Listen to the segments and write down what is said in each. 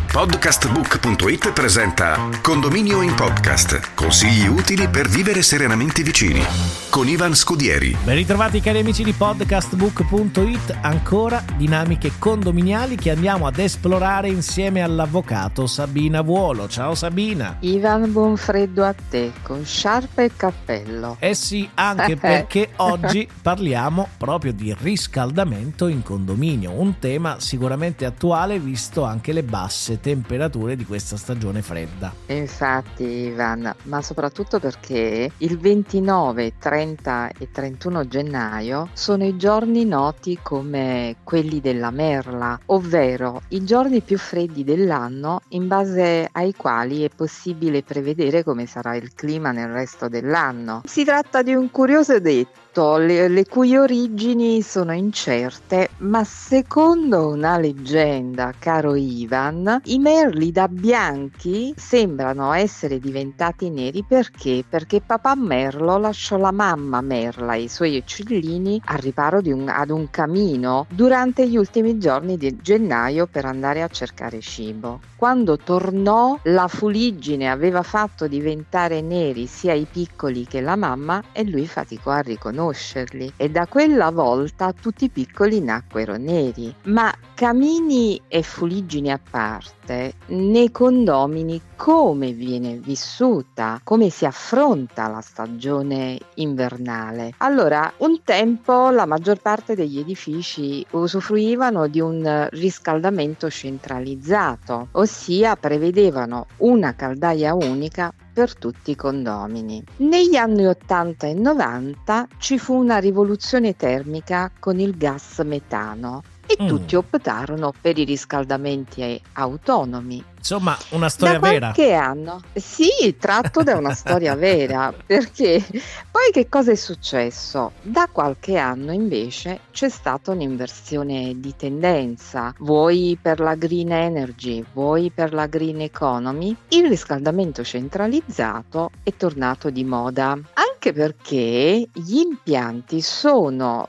Podcastbook.it presenta Condominio in Podcast. Consigli utili per vivere serenamente vicini. Con Ivan Scudieri. Ben ritrovati cari amici di Podcastbook.it, ancora dinamiche condominiali che andiamo ad esplorare insieme all'avvocato Sabina Vuolo. Ciao Sabina. Ivan, buon freddo a te, con sciarpe e cappello. Eh sì, anche perché oggi parliamo proprio di riscaldamento in condominio, un tema sicuramente attuale visto anche le basse temperature di questa stagione fredda. Infatti Ivan, ma soprattutto perché il 29, 30 e 31 gennaio sono i giorni noti come quelli della merla, ovvero i giorni più freddi dell'anno in base ai quali è possibile prevedere come sarà il clima nel resto dell'anno. Si tratta di un curioso detto, le cui origini sono incerte, ma secondo una leggenda, caro Ivan, i merli da bianchi sembrano essere diventati neri perché papà merlo lasciò la mamma merla e i suoi uccellini al riparo ad un camino durante gli ultimi giorni di gennaio per andare a cercare cibo. Quando tornò, la fuliggine aveva fatto diventare neri sia i piccoli che la mamma e lui faticò a riconoscerli, e da quella volta tutti i piccoli nacquero neri. Ma camini e fuliggini a parte, nei condomini come viene vissuta, come si affronta la stagione invernale? Allora, un tempo la maggior parte degli edifici usufruivano di un riscaldamento centralizzato, ossia prevedevano una caldaia unica per tutti i condomini. Negli anni 80 e 90 ci fu una rivoluzione termica con il gas metano e tutti optarono per i riscaldamenti autonomi. Insomma, una storia vera. Da qualche anno, sì, tratto da una storia vera, perché poi che cosa è successo? Da qualche anno invece c'è stata un'inversione di tendenza, vuoi per la green energy, vuoi per la green economy, il riscaldamento centralizzato è tornato di moda. Anche perché gli impianti sono,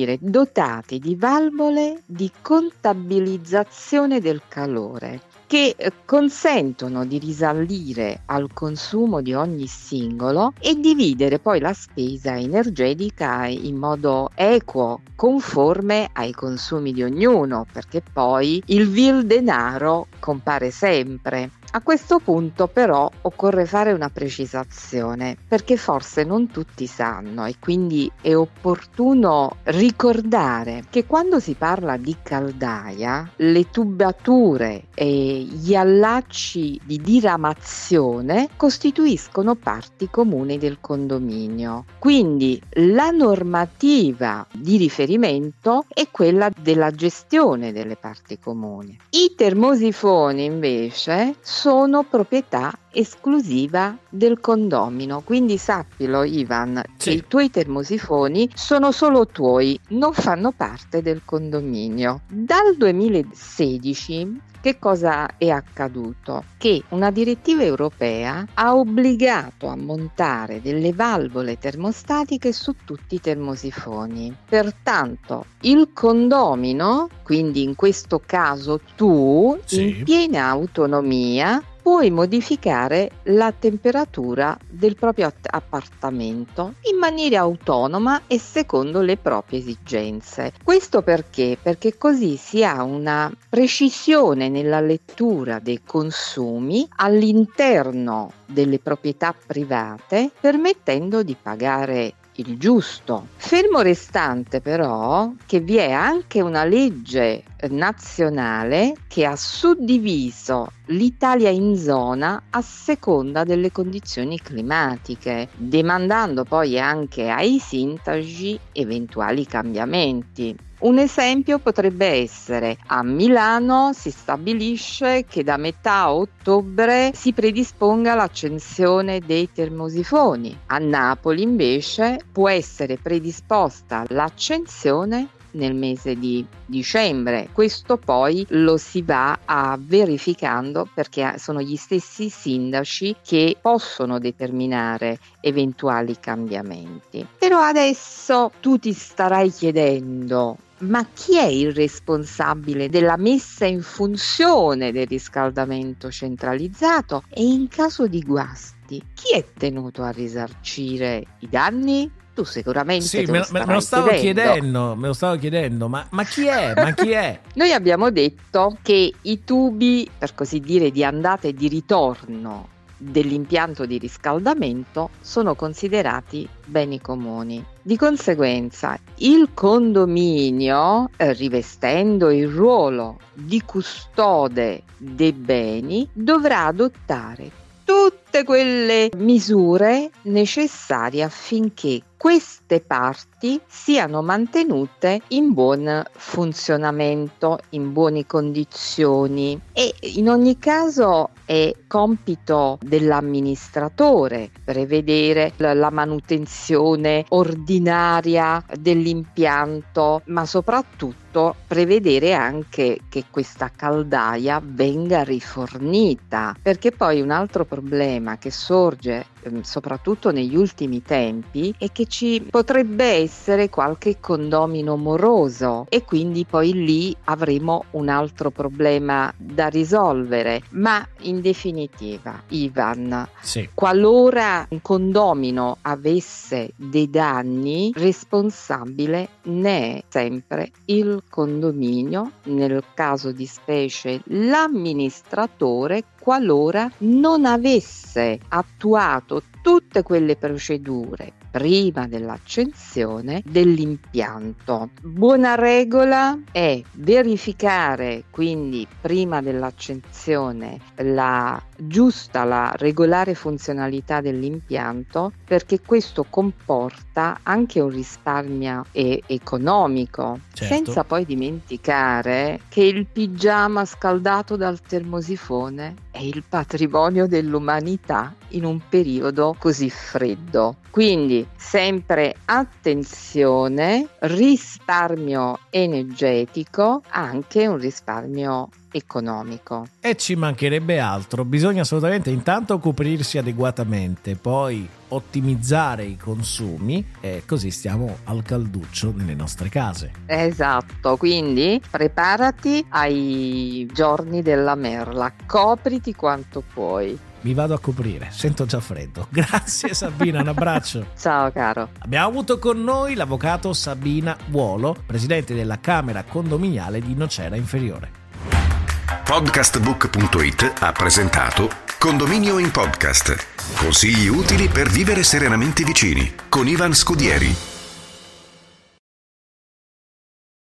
dotati di valvole di contabilizzazione del calore, che consentono di risalire al consumo di ogni singolo e dividere poi la spesa energetica in modo equo, conforme ai consumi di ognuno, perché poi il vil denaro compare sempre. A questo punto però occorre fare una precisazione, perché forse non tutti sanno e quindi è opportuno ricordare che quando si parla di caldaia, le tubature e gli allacci di diramazione costituiscono parti comuni del condominio. Quindi la normativa di riferimento è quella della gestione delle parti comuni. I termosifoni invece sono proprietà esclusiva del condomino, quindi sappilo Ivan, che i tuoi termosifoni sono solo tuoi, non fanno parte del condominio. Dal 2016 che cosa è accaduto? Che una direttiva europea ha obbligato a montare delle valvole termostatiche su tutti i termosifoni. Pertanto il condomino, quindi in questo caso tu, in piena autonomia, puoi modificare la temperatura del proprio appartamento in maniera autonoma e secondo le proprie esigenze. Questo perché? Perché così si ha una precisione nella lettura dei consumi all'interno delle proprietà private, permettendo di pagare il giusto. Fermo restante però che vi è anche una legge nazionale che ha suddiviso l'Italia in zona a seconda delle condizioni climatiche, demandando poi anche ai sindaci eventuali cambiamenti. Un esempio potrebbe essere: a Milano si stabilisce che da metà ottobre si predisponga l'accensione dei termosifoni, a Napoli invece può essere predisposta l'accensione nel mese di dicembre. Questo poi lo si va a verificando, perché sono gli stessi sindaci che possono determinare eventuali cambiamenti. Però adesso tu ti starai chiedendo: ma chi è il responsabile della messa in funzione del riscaldamento centralizzato e in caso di guasti chi è tenuto a risarcire i danni? Tu sicuramente sì, me lo stavo chiedendo, ma chi è? Ma chi è? Noi abbiamo detto che i tubi, per così dire, di andata e di ritorno dell'impianto di riscaldamento sono considerati beni comuni. Di conseguenza, il condominio, rivestendo il ruolo di custode dei beni, dovrà adottare tutte quelle misure necessarie affinché queste parti siano mantenute in buon funzionamento, in buone condizioni, e in ogni caso è compito dell'amministratore prevedere la manutenzione ordinaria dell'impianto, ma soprattutto prevedere anche che questa caldaia venga rifornita, perché poi un altro problema che sorge soprattutto negli ultimi tempi è che ci potrebbe essere qualche condomino moroso e quindi poi lì avremo un altro problema da risolvere. Ma in definitiva, Ivan, sì, qualora un condomino avesse dei danni, responsabile ne è sempre il condominio, nel caso di specie l'amministratore, qualora non avesse attuato tutte quelle procedure prima dell'accensione dell'impianto. Buona regola è verificare quindi prima dell'accensione la regolare funzionalità dell'impianto, perché questo comporta anche un risparmio economico, certo, senza poi dimenticare che il pigiama scaldato dal termosifone è il patrimonio dell'umanità in un periodo così freddo. Quindi sempre attenzione, risparmio energetico, anche un risparmio economico. E ci mancherebbe altro, bisogna assolutamente intanto coprirsi adeguatamente, poi ottimizzare i consumi e così stiamo al calduccio nelle nostre case. Esatto, quindi preparati ai giorni della merla, copriti quanto puoi. Mi vado a coprire, sento già freddo. Grazie Sabina, un abbraccio. Ciao caro. Abbiamo avuto con noi l'avvocato Sabina Vuolo, presidente della Camera Condominiale di Nocera Inferiore. Podcastbook.it ha presentato Condominio in Podcast. Consigli utili per vivere serenamente vicini con Ivan Scudieri.